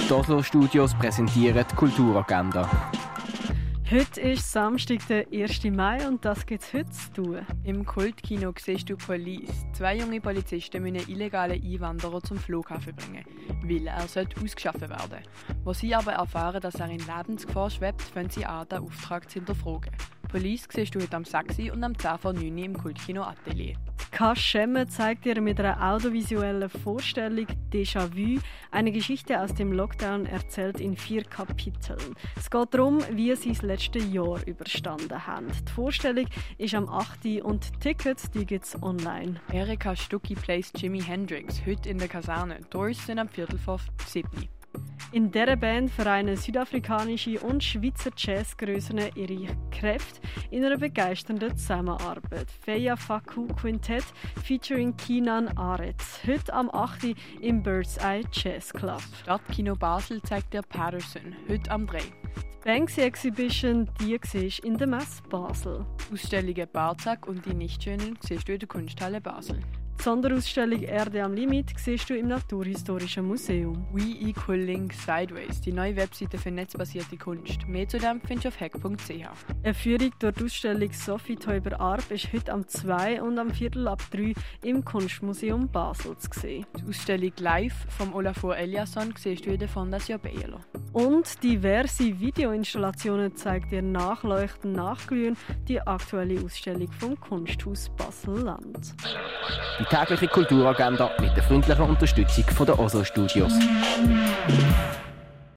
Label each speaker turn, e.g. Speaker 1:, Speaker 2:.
Speaker 1: Die Oslo Studios präsentieren die Kulturagenda.
Speaker 2: Heute ist Samstag, der 1. Mai, und das gibt es heute zu tun.
Speaker 3: Im Kultkino siehst du Police. 2 junge Polizisten müssen einen illegalen Einwanderer zum Flughafen bringen, weil er ausgeschaffen werden. Wo sie aber erfahren, dass er in Lebensgefahr schwebt, fangen sie an, den Auftrag zu hinterfragen. Police siehst du heute am 6 und am 10 vor 9 im Kultkino Atelier.
Speaker 2: K. Schemme zeigt dir mit einer audiovisuellen Vorstellung Déjà-vu eine Geschichte aus dem Lockdown, erzählt in 4 Kapiteln. Es geht darum, wie sie das letzte Jahr überstanden haben. Die Vorstellung ist am 8. und die Tickets gibt es online.
Speaker 3: Erika Stucki plays Jimi Hendrix, heute in der Kaserne. Doors sind am 6:45.
Speaker 2: In dieser Band vereinen südafrikanische und Schweizer Jazzgrössen ihre Kräfte in einer begeisternden Zusammenarbeit. Feya Faku Quintett featuring Kinan Aretz. Heute am 8. im Bird's Eye Jazz Club.
Speaker 3: Stadtkino Basel zeigt dir Patterson, heute am 3.
Speaker 2: Die Banksy Exhibition, die siehst du in der Messe Basel.
Speaker 3: Ausstellungen Barzak und die Nichtschönen siehst du in der Kunsthalle Basel.
Speaker 2: Die Sonderausstellung Erde am Limit siehst du im Naturhistorischen Museum.
Speaker 3: We Equal Link Sideways, die neue Webseite für netzbasierte Kunst. Mehr zu dem findest du auf hack.ch.
Speaker 2: Eine Führung durch die Ausstellung Sophie Teuber-Arp ist heute am 2 und am 2:45 im Kunstmuseum Basel zu sehen.
Speaker 3: Die Ausstellung Live vom Olafur Eliasson siehst du in der Fondation Baylor.
Speaker 2: Und diverse Videoinstallationen zeigt dir Nachleuchten, Nachglühen die aktuelle Ausstellung vom Kunsthaus Basel-Land.
Speaker 1: Die tägliche Kulturagenda mit der freundlichen Unterstützung der Oslo Studios.